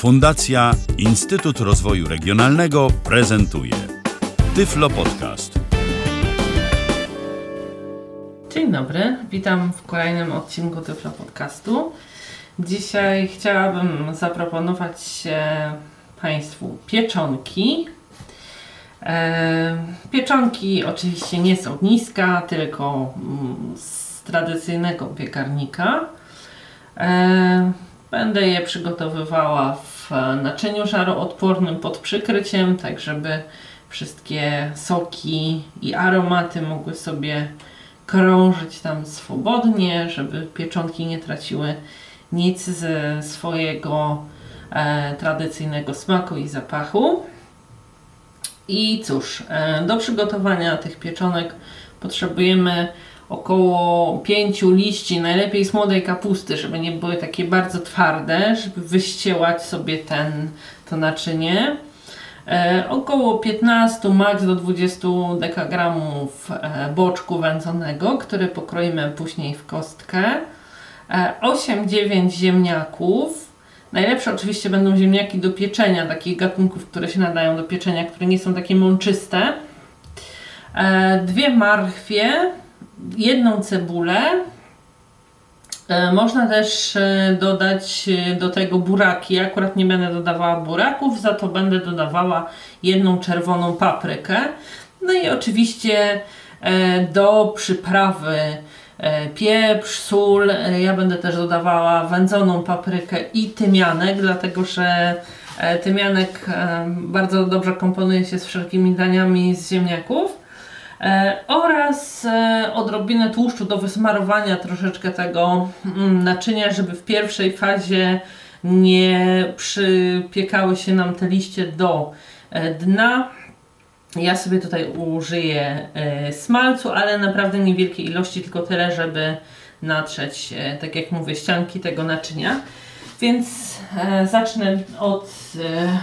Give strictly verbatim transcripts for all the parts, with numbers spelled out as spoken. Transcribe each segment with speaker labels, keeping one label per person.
Speaker 1: Fundacja Instytut Rozwoju Regionalnego prezentuje Tyflo Podcast.
Speaker 2: Dzień dobry, witam w kolejnym odcinku Tyflo Podcastu. Dzisiaj chciałabym zaproponować Państwu pieczonki. E, pieczonki oczywiście nie z ogniska, tylko z tradycyjnego piekarnika. E, będę je przygotowywała w naczyniu żaroodpornym pod przykryciem, tak żeby wszystkie soki i aromaty mogły sobie krążyć tam swobodnie, żeby pieczonki nie traciły nic ze swojego e, tradycyjnego smaku i zapachu. I cóż, e, do przygotowania tych pieczonek potrzebujemy około pięciu liści, najlepiej z młodej kapusty, żeby nie były takie bardzo twarde, żeby wyściełać sobie ten, to naczynie. E, około piętnaście, max do dwudziestu dekagramów e, boczku wędzonego, który pokroimy później w kostkę. E, osiem dziewięć ziemniaków. Najlepsze oczywiście będą ziemniaki do pieczenia, takich gatunków, które się nadają do pieczenia, które nie są takie mączyste. E, dwie marchwie, jedną cebulę. E, można też e, dodać do tego buraki. Akurat nie będę dodawała buraków, za to będę dodawała jedną czerwoną paprykę. No i oczywiście e, do przyprawy e, pieprz, sól. E, ja będę też dodawała wędzoną paprykę i tymianek, dlatego że e, tymianek e, bardzo dobrze komponuje się z wszelkimi daniami z ziemniaków. E, oraz e, odrobinę tłuszczu do wysmarowania troszeczkę tego mm, naczynia, żeby w pierwszej fazie nie przypiekały się nam te liście do e, dna. Ja sobie tutaj użyję e, smalcu, ale naprawdę niewielkiej ilości, tylko tyle, żeby natrzeć, e, tak jak mówię, ścianki tego naczynia. Więc e, zacznę od e,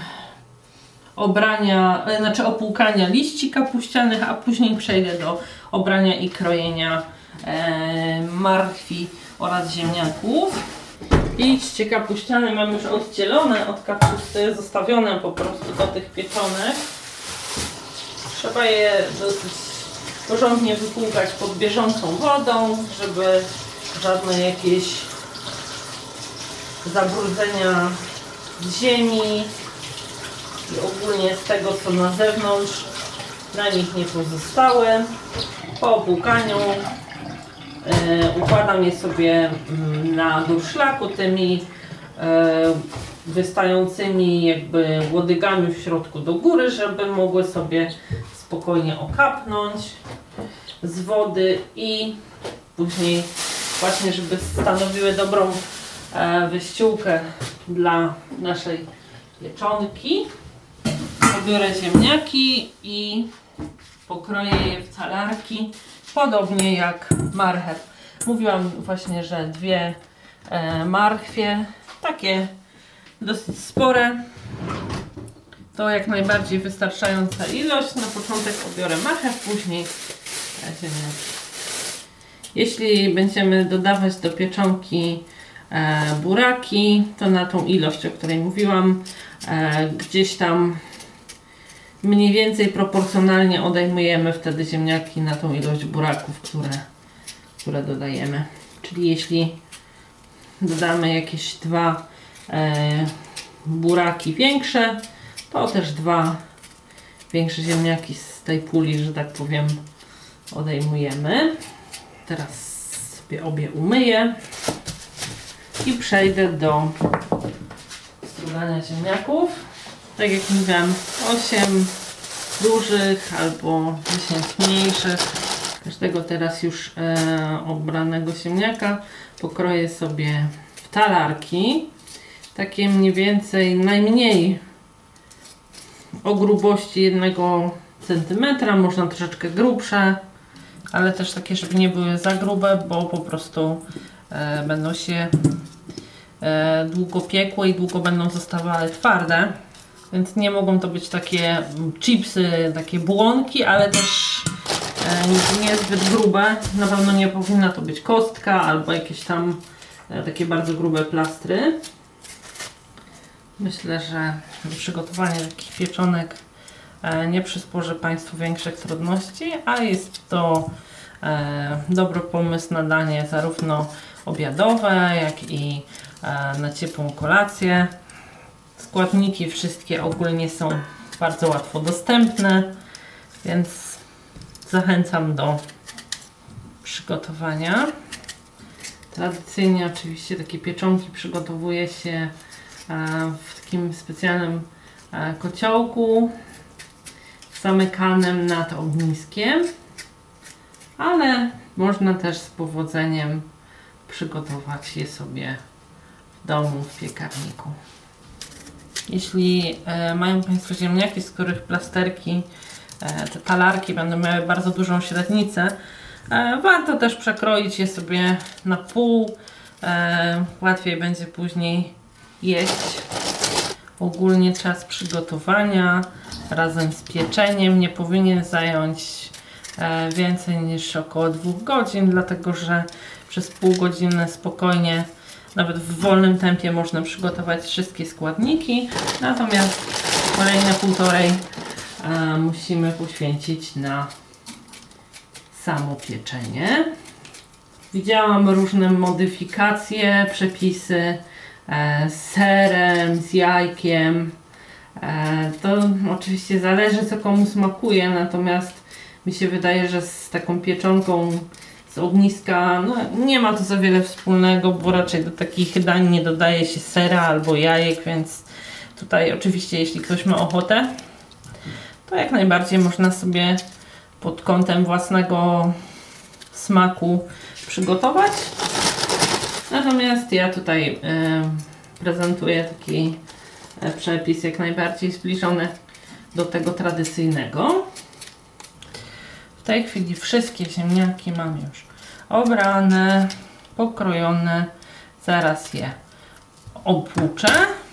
Speaker 2: obrania, znaczy opłukania liści kapuścianych, a później przejdę do obrania i krojenia e, marchwi oraz ziemniaków. Liście kapuściane mam już oddzielone od kapusty, zostawione po prostu do tych pieczonek. Trzeba je dosyć porządnie wypłukać pod bieżącą wodą, żeby żadne jakieś zabrudzenia z ziemi i ogólnie z tego, co na zewnątrz, na nich nie pozostały. Po opłukaniu yy, układam je sobie yy, na durszlaku tymi yy, wystającymi jakby łodygami w środku do góry, żeby mogły sobie spokojnie okapnąć z wody i później właśnie, żeby stanowiły dobrą yy, wyściółkę dla naszej pieczonki. Pobiorę ziemniaki i pokroję je w talarki, podobnie jak marchew. Mówiłam właśnie, że dwie e, marchwie, takie dosyć spore, to jak najbardziej wystarczająca ilość. Na początek pobiorę marchew, później ziemniaki. Jeśli będziemy dodawać do pieczonki e, buraki, to na tą ilość, o której mówiłam, e, gdzieś tam mniej więcej proporcjonalnie odejmujemy wtedy ziemniaki na tą ilość buraków, które, które dodajemy. Czyli jeśli dodamy jakieś dwa e, buraki większe, to też dwa większe ziemniaki z tej puli, że tak powiem, odejmujemy. Teraz sobie obie umyję i przejdę do strugania ziemniaków. Tak jak mówiłam, osiem dużych albo dziesięć mniejszych. Każdego teraz już e, obranego ziemniaka pokroję sobie w talarki. Takie mniej więcej najmniej o grubości jednego centymetra, można troszeczkę grubsze, ale też takie, żeby nie były za grube, bo po prostu e, będą się e, długo piekły i długo będą zostawały twarde. Więc nie mogą to być takie chipsy, takie błonki, ale też e, niezbyt grube. Na pewno nie powinna to być kostka albo jakieś tam e, takie bardzo grube plastry. Myślę, że przygotowanie takich pieczonek nie przysporzy Państwu większych trudności, a jest to dobry pomysł na danie zarówno obiadowe, jak i na ciepłą kolację. Składniki wszystkie ogólnie są bardzo łatwo dostępne, więc zachęcam do przygotowania. Tradycyjnie oczywiście takie pieczonki przygotowuje się w takim specjalnym kociołku zamykanym nad ogniskiem, ale można też z powodzeniem przygotować je sobie w domu, w piekarniku. Jeśli e, mają Państwo ziemniaki, z których plasterki, e, te talarki będą miały bardzo dużą średnicę, e, warto też przekroić je sobie na pół. E, łatwiej będzie później jeść. Ogólnie czas przygotowania razem z pieczeniem nie powinien zająć e, więcej niż około dwóch godzin, dlatego że przez pół godziny spokojnie, nawet w wolnym tempie można przygotować wszystkie składniki, natomiast kolejne półtorej e, musimy poświęcić na samo pieczenie. Widziałam różne modyfikacje, przepisy e, z serem, z jajkiem. E, to oczywiście zależy, co komu smakuje, natomiast mi się wydaje, że z taką pieczonką z ogniska no, nie ma to za wiele wspólnego, bo raczej do takich dań nie dodaje się sera albo jajek, więc tutaj oczywiście jeśli ktoś ma ochotę, to jak najbardziej można sobie pod kątem własnego smaku przygotować. Natomiast ja tutaj y, prezentuję taki y, przepis jak najbardziej zbliżony do tego tradycyjnego. W tej chwili wszystkie ziemniaki mam już obrane, pokrojone. Zaraz je opłuczę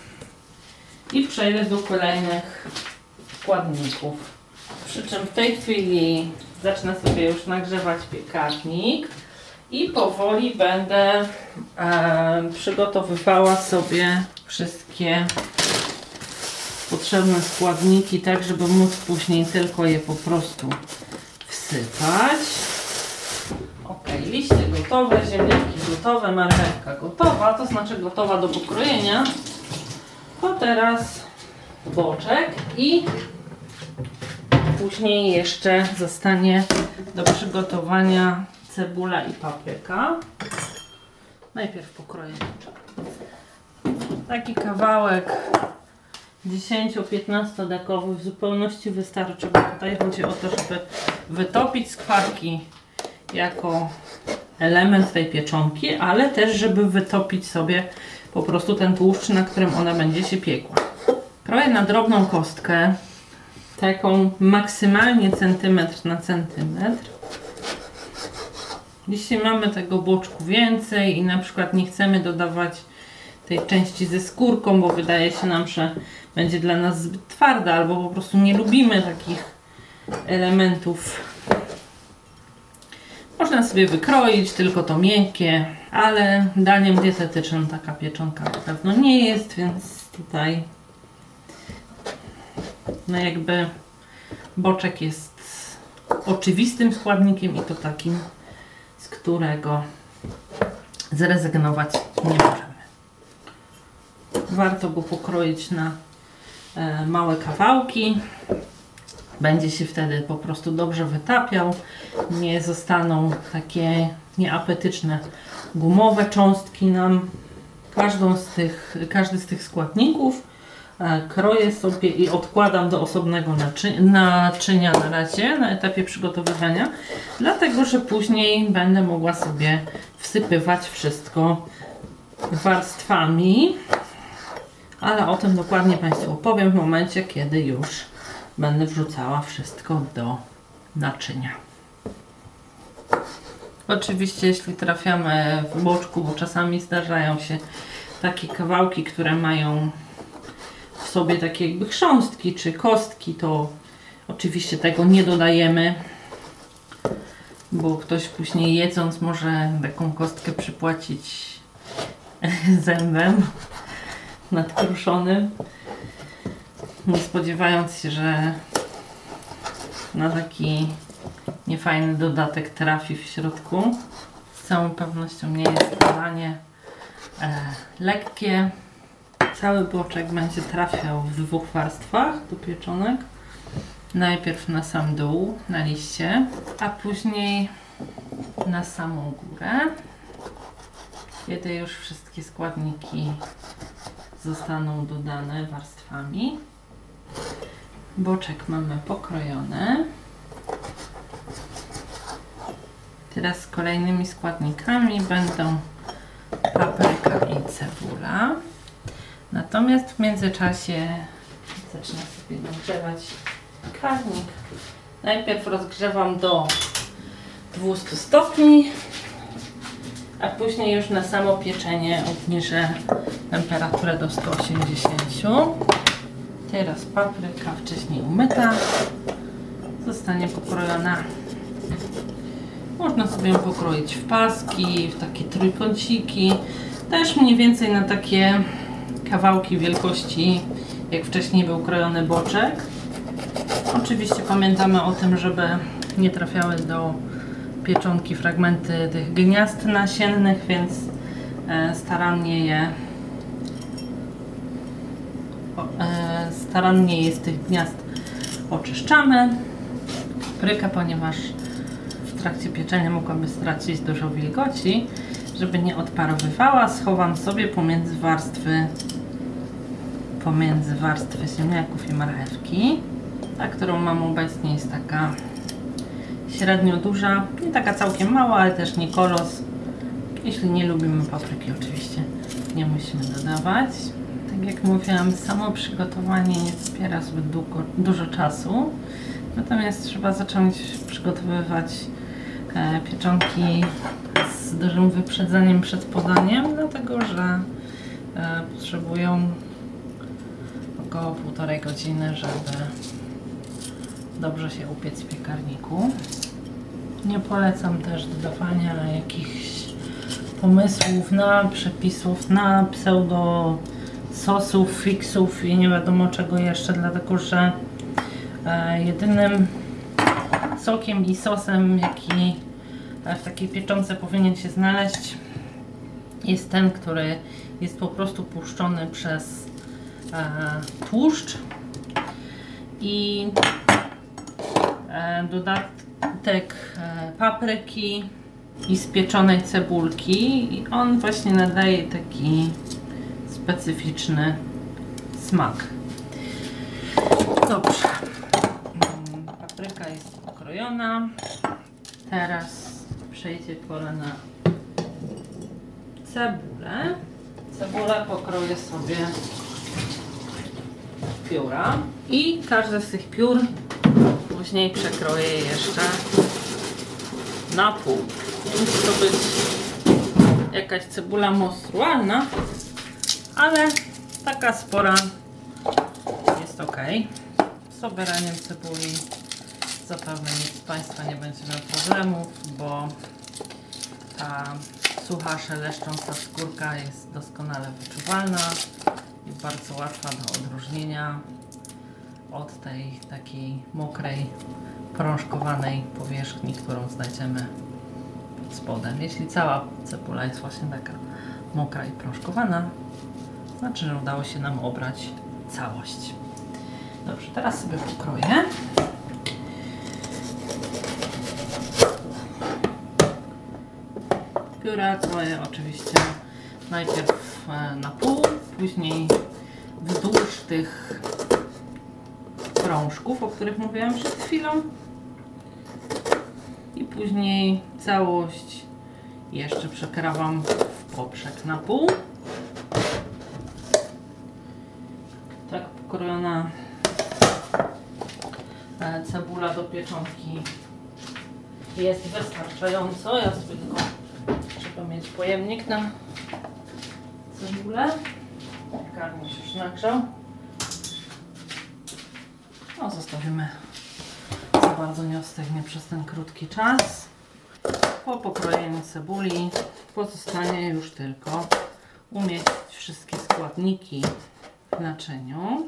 Speaker 2: i przejdę do kolejnych składników. Przy czym w tej chwili zacznę sobie już nagrzewać piekarnik i powoli będę e, przygotowywała sobie wszystkie potrzebne składniki, tak żeby móc później tylko je po prostu wsypać. Ok, liście gotowe, ziemniaki gotowe, marchewka gotowa, to znaczy gotowa do pokrojenia. To teraz boczek i później jeszcze zostanie do przygotowania cebula i papryka. Najpierw pokroję taki kawałek dziesięcio-piętnastodekowy w zupełności wystarczy, bo tutaj chodzi o to, żeby wytopić skwarki jako element tej pieczonki, ale też żeby wytopić sobie po prostu ten tłuszcz, na którym ona będzie się piekła. Kroję na drobną kostkę, taką maksymalnie centymetr na centymetr. Jeśli mamy tego boczku więcej i na przykład nie chcemy dodawać tej części ze skórką, bo wydaje się nam, że będzie dla nas zbyt twarda, albo po prostu nie lubimy takich elementów, można sobie wykroić tylko to miękkie, ale daniem dietetycznym taka pieczonka na pewno nie jest, więc tutaj no jakby boczek jest oczywistym składnikiem i to takim, z którego zrezygnować nie możemy. Warto go pokroić na e, małe kawałki. Będzie się wtedy po prostu dobrze wytapiał. Nie zostaną takie nieapetyczne gumowe cząstki nam. Każdą z tych, każdy z tych składników e, kroję sobie i odkładam do osobnego naczy naczynia na razie, na etapie przygotowywania, dlatego że później będę mogła sobie wsypywać wszystko warstwami. Ale o tym dokładnie Państwu opowiem w momencie, kiedy już będę wrzucała wszystko do naczynia. Oczywiście jeśli trafiamy w boczku, bo czasami zdarzają się takie kawałki, które mają w sobie takie jakby chrząstki czy kostki, to oczywiście tego nie dodajemy, bo ktoś później jedząc może taką kostkę przypłacić zębem. nadkruszonym, nie spodziewając się, że na taki niefajny dodatek trafi w środku. Z całą pewnością nie jest to danie e, lekkie. Cały boczek będzie trafiał w dwóch warstwach do pieczonek. Najpierw na sam dół, na liście, a później na samą górę, kiedy już wszystkie składniki zostaną dodane warstwami. Boczek mamy pokrojony. Teraz kolejnymi składnikami będą papryka i cebula. Natomiast w międzyczasie zacznę sobie nagrzewać karnik. Najpierw rozgrzewam do dwustu stopni, a później już na samo pieczenie obniżę temperaturę do stu osiemdziesięciu. Teraz papryka wcześniej umyta zostanie pokrojona. Można sobie ją pokroić w paski, w takie trójkąciki, też mniej więcej na takie kawałki wielkości, jak wcześniej był krojony boczek. Oczywiście pamiętamy o tym, żeby nie trafiały do pieczonki fragmenty tych gniazd nasiennych, więc starannie je starannie je z tych gniazd oczyszczamy. Paprykę, ponieważ w trakcie pieczenia mogłaby stracić dużo wilgoci, żeby nie odparowywała, schowam sobie pomiędzy warstwy pomiędzy warstwy ziemniaków i marchewki. Ta, którą mam obecnie, jest taka średnio duża, nie taka całkiem mała, ale też nie kolos. Jeśli nie lubimy papryki, oczywiście nie musimy dodawać. Tak jak mówiłam, samo przygotowanie nie zabiera zbyt długo, dużo czasu, natomiast trzeba zacząć przygotowywać e, pieczonki z dużym wyprzedzeniem przed podaniem, dlatego że e, potrzebują około półtorej godziny, żeby dobrze się upiec w piekarniku. Nie polecam też dodawania jakichś pomysłów na przepisów, na pseudo sosów, fixów i nie wiadomo czego jeszcze, dlatego że e, jedynym sokiem i sosem, jaki w takiej pieczące powinien się znaleźć, jest ten, który jest po prostu puszczony przez e, tłuszcz i e, dodatek e, papryki i spieczonej cebulki, i on właśnie nadaje taki specyficzny smak. Dobrze. Papryka jest pokrojona. Teraz przejdzie pora na cebulę. Cebulę pokroję sobie w pióra i każde z tych piór później przekroję jeszcze na pół. Musi to być jakaś cebula monstrualna, ale taka spora jest ok. Z obieraniem cebuli zapewne nikt z Państwa nie będzie miał problemów, bo ta sucha, szeleszcząca skórka jest doskonale wyczuwalna i bardzo łatwa do odróżnienia od tej takiej mokrej, prążkowanej powierzchni, którą znajdziemy pod spodem. Jeśli cała cebula jest właśnie taka mokra i prążkowana, znaczy, że udało się nam obrać całość. Dobrze, teraz sobie pokroję. Pióra kroję oczywiście najpierw na pół, później wzdłuż tych krążków, o których mówiłam przed chwilą, i później całość jeszcze przekrawam w poprzek na pół. Tak pokrojona cebula do pieczonki jest wystarczająco. Ja sobie tylko trzeba mieć pojemnik na cebulę. Piekarnik się już nagrzał. No, zostawimy, za bardzo nie ostygnie przez ten krótki czas. Po pokrojeniu cebuli pozostanie już tylko umieścić wszystkie składniki składniki w naczyniu.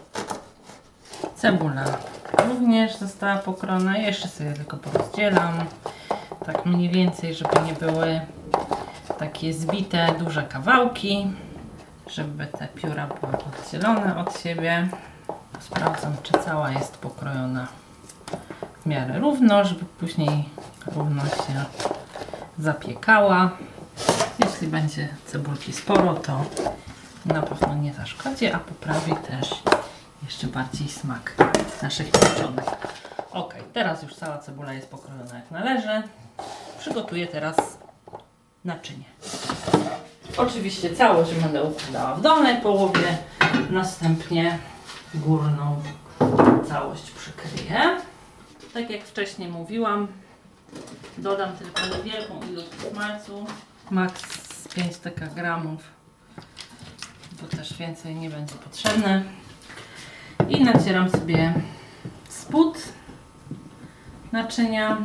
Speaker 2: Cebula również została pokrojona. Jeszcze sobie tylko porozdzielam. Tak mniej więcej, żeby nie były takie zbite, duże kawałki. Żeby te pióra były oddzielone od siebie. Sprawdzam, czy cała jest pokrojona w miarę równo, żeby później równo się zapiekała. Jeśli będzie cebulki sporo, to na pewno nie zaszkodzi, a poprawi też jeszcze bardziej smak naszych pieczonek. Ok, teraz już cała cebula jest pokrojona jak należy. Przygotuję teraz naczynie. Oczywiście całość będę układała w dolnej połowie, następnie górną całość przykryję. Tak jak wcześniej mówiłam, dodam tylko niewielką ilość smalcu, maks pięćset gramów, bo też więcej nie będzie potrzebne. I nacieram sobie spód naczynia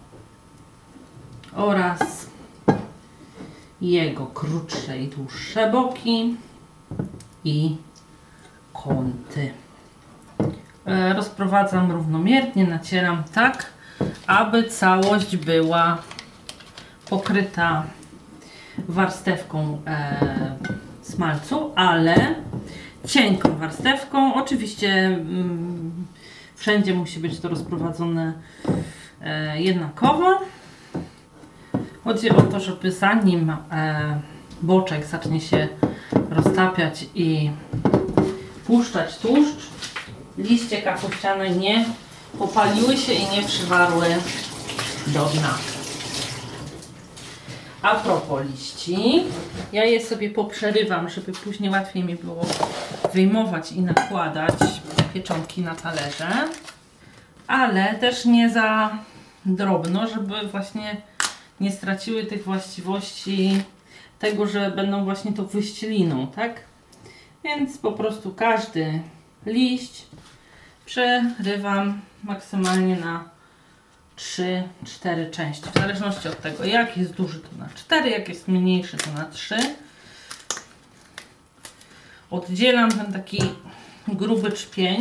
Speaker 2: oraz jego krótsze i dłuższe boki i kąty. Rozprowadzam równomiernie, nacieram tak, aby całość była pokryta warstewką e, smalcu, ale cienką warstewką. Oczywiście mm, wszędzie musi być to rozprowadzone e, jednakowo. Chodzi o to, żeby zanim e, boczek zacznie się roztapiać i puszczać tłuszcz, liście kapuściane nie popaliły się i nie przywarły do dna. A propos liści, ja je sobie poprzerywam, żeby później łatwiej mi było wyjmować i nakładać pieczonki na talerze, ale też nie za drobno, żeby właśnie nie straciły tych właściwości tego, że będą właśnie tą wyścieliną, tak? Więc po prostu każdy liść przerywam maksymalnie na trzy cztery części. W zależności od tego, jak jest duży, to na cztery, jak jest mniejszy, to na trzy. Oddzielam ten taki gruby czpień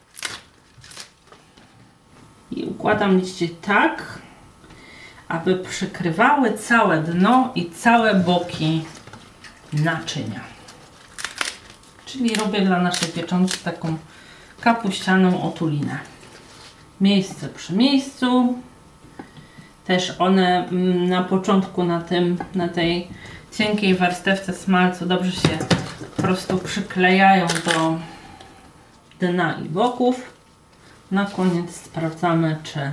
Speaker 2: i układam liście tak, aby przykrywały całe dno i całe boki naczynia. Czyli robię dla naszej pieczonki taką kapuścianą otulinę. Miejsce przy miejscu. Też one na początku na, tym, na tej cienkiej warstewce smalcu dobrze się po prostu przyklejają do dna i boków. Na koniec sprawdzamy, czy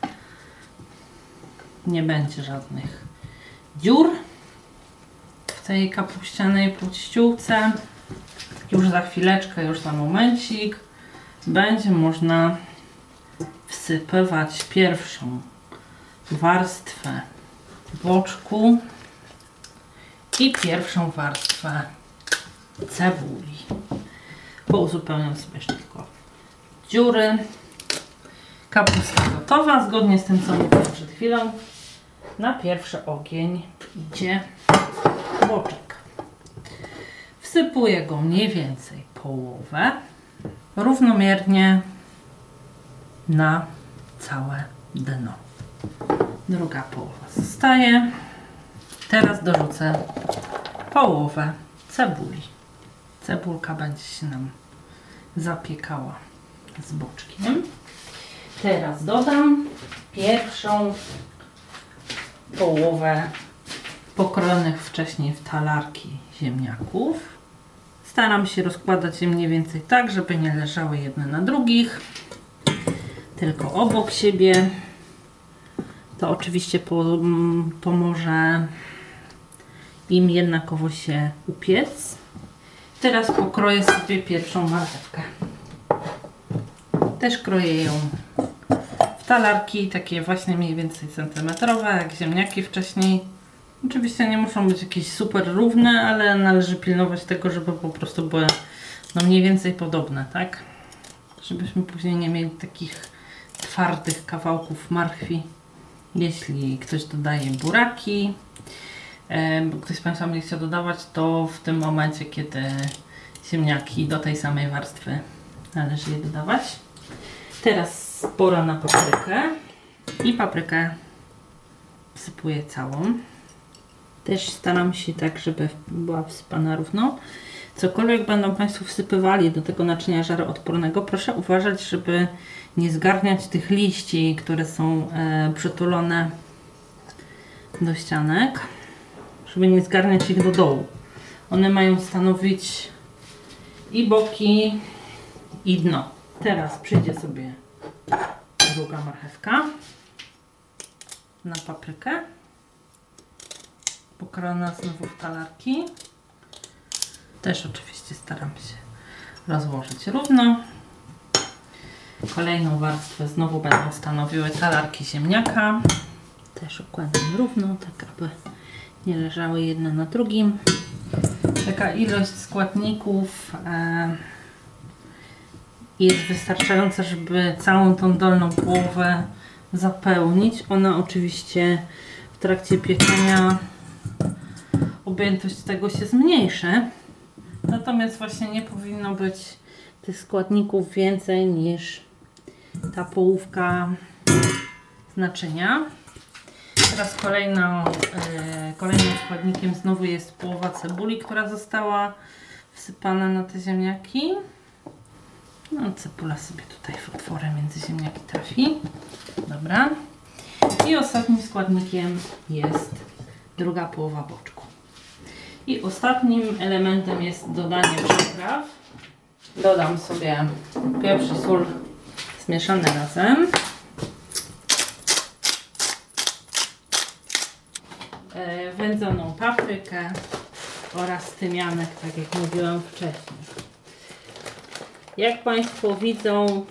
Speaker 2: nie będzie żadnych dziur w tej kapuścianej podściółce. Już za chwileczkę, już za momencik będzie można wsypywać pierwszą warstwę boczku i pierwszą warstwę cebuli. Pouzupełniam sobie jeszcze tylko dziury. Kapusta gotowa, zgodnie z tym, co mówiłam przed chwilą. Na pierwszy ogień idzie boczek. Wsypuję go mniej więcej połowę, równomiernie na całe dno. Druga połowa zostaje. Teraz dorzucę połowę cebuli. Cebulka będzie się nam zapiekała z boczkiem. Teraz dodam pierwszą połowę pokrojonych wcześniej w talarki ziemniaków. Staram się rozkładać je mniej więcej tak, żeby nie leżały jedne na drugich, tylko obok siebie. To oczywiście pomoże im jednakowo się upiec. Teraz pokroję sobie pierwszą marchewkę. Też kroję ją w talarki, takie właśnie mniej więcej centymetrowe, jak ziemniaki wcześniej. Oczywiście nie muszą być jakieś super równe, ale należy pilnować tego, żeby po prostu były no mniej więcej podobne, tak? Żebyśmy później nie mieli takich twardych kawałków marchwi, jeśli ktoś dodaje buraki. bo ktoś z Państwa będzie chciał dodawać, to w tym momencie, kiedy ziemniaki do tej samej warstwy należy je dodawać. Teraz pora na paprykę i paprykę wsypuję całą. Też staram się tak, żeby była wsypana równo. Cokolwiek będą Państwo wsypywali do tego naczynia żaroodpornego, proszę uważać, żeby nie zgarniać tych liści, które są e, przytulone do ścianek, żeby nie zgarniać ich do dołu. One mają stanowić i boki, i dno. Teraz przyjdzie sobie druga marchewka na paprykę, pokrojona znowu w talarki. Też oczywiście staram się rozłożyć równo. Kolejną warstwę znowu będą stanowiły talarki ziemniaka. Też układam równo, tak aby nie leżały jedne na drugim. Taka ilość składników e, jest wystarczająca, żeby całą tą dolną połowę zapełnić. Ona oczywiście w trakcie pieczenia objętość tego się zmniejszy. Natomiast właśnie nie powinno być tych składników więcej niż ta połówka z naczynia. Teraz kolejną, yy, kolejnym składnikiem znowu jest połowa cebuli, która została wsypana na te ziemniaki. No, cebula sobie tutaj w otwory między ziemniaki trafi. Dobra. I ostatnim składnikiem jest druga połowa boczku. I ostatnim elementem jest dodanie przypraw. Dodam sobie pieprz i sól zmieszane razem. E, wędzoną paprykę oraz tymianek, tak jak mówiłam wcześniej. Jak Państwo widzą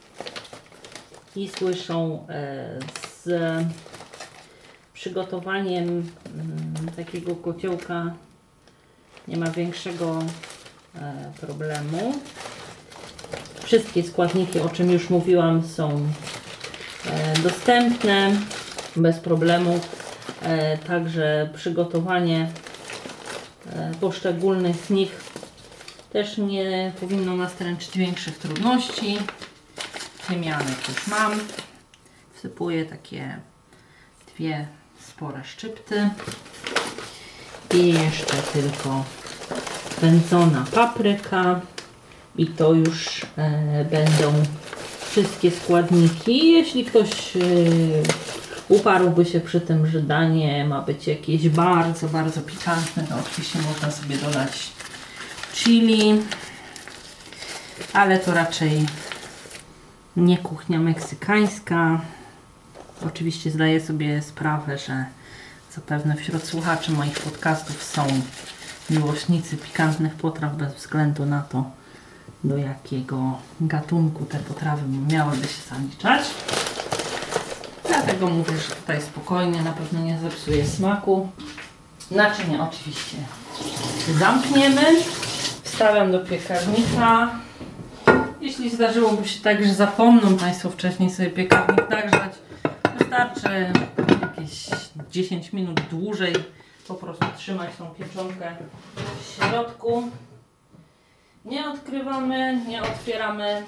Speaker 2: i słyszą, e, z przygotowaniem mm, takiego kociołka nie ma większego e, problemu. Wszystkie składniki, o czym już mówiłam, są e, dostępne bez problemu. E, także przygotowanie e, poszczególnych z nich też nie powinno nastręczyć większych trudności. Tymianek już mam. Wsypuję takie dwie spore szczypty. I jeszcze tylko wędzona papryka. I to już e, będą wszystkie składniki. Jeśli ktoś e, uparłby się przy tym, że danie ma być jakieś bardzo, bardzo pikantne, to oczywiście można sobie dodać chili, ale to raczej nie kuchnia meksykańska. Oczywiście zdaję sobie sprawę, że zapewne wśród słuchaczy moich podcastów są miłośnicy pikantnych potraw bez względu na to, do jakiego gatunku te potrawy miałyby się zaliczać. Dlatego mówię, że tutaj spokojnie, na pewno nie zepsuje smaku. Naczynie oczywiście zamkniemy. Wstawiam do piekarnika. Jeśli zdarzyłoby się tak, że zapomną Państwo wcześniej sobie piekarnik nagrzać, wystarczy jakieś dziesięć minut dłużej po prostu trzymać tą pieczonkę w środku. Nie odkrywamy, nie otwieramy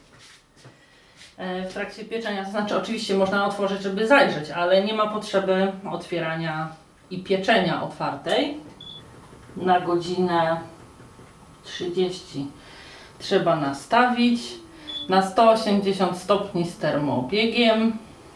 Speaker 2: w trakcie pieczenia. To znaczy oczywiście można otworzyć, żeby zajrzeć, ale nie ma potrzeby otwierania i pieczenia otwartej. Na godzinę trzydzieści trzeba nastawić na sto osiemdziesiąt stopni z termoobiegiem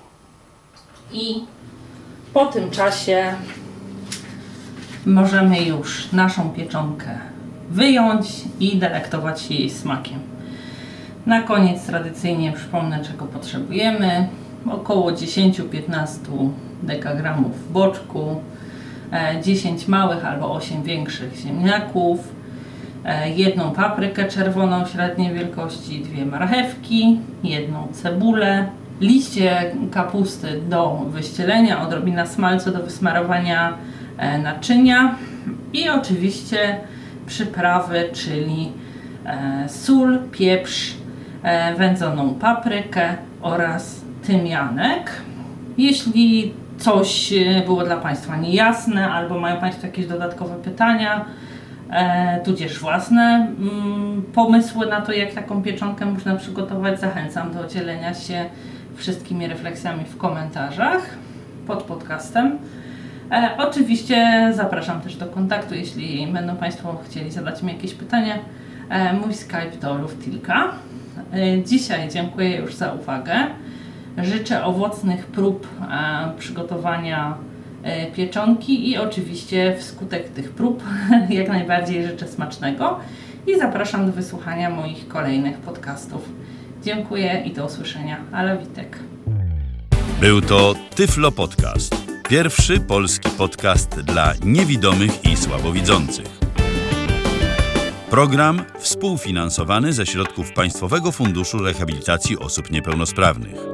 Speaker 2: i po tym czasie możemy już naszą pieczonkę wyjąć i delektować się jej smakiem. Na koniec tradycyjnie przypomnę, czego potrzebujemy. Około dziesięć do piętnastu dekagramów boczku, dziesięć małych albo osiem większych ziemniaków, jedną paprykę czerwoną średniej wielkości, dwie marchewki, jedną cebulę, liście kapusty do wyścielenia, odrobina smalcu do wysmarowania naczynia i oczywiście przyprawy, czyli sól, pieprz, wędzoną paprykę oraz tymianek. Jeśli coś było dla Państwa niejasne albo mają Państwo jakieś dodatkowe pytania, e, tudzież własne mm, pomysły na to, jak taką pieczonkę można przygotować, zachęcam do dzielenia się wszystkimi refleksjami w komentarzach pod podcastem. E, oczywiście zapraszam też do kontaktu, jeśli będą Państwo chcieli zadać mi jakieś pytania. E, mój Skype to Luftilka. E, dzisiaj dziękuję już za uwagę. Życzę owocnych prób e, przygotowania e, pieczonki i oczywiście wskutek tych prób jak najbardziej życzę smacznego i zapraszam do wysłuchania moich kolejnych podcastów. Dziękuję i do usłyszenia. Ala Witek.
Speaker 1: Był to Tyflo Podcast. Pierwszy polski podcast dla niewidomych i słabowidzących. Program współfinansowany ze środków Państwowego Funduszu Rehabilitacji Osób Niepełnosprawnych.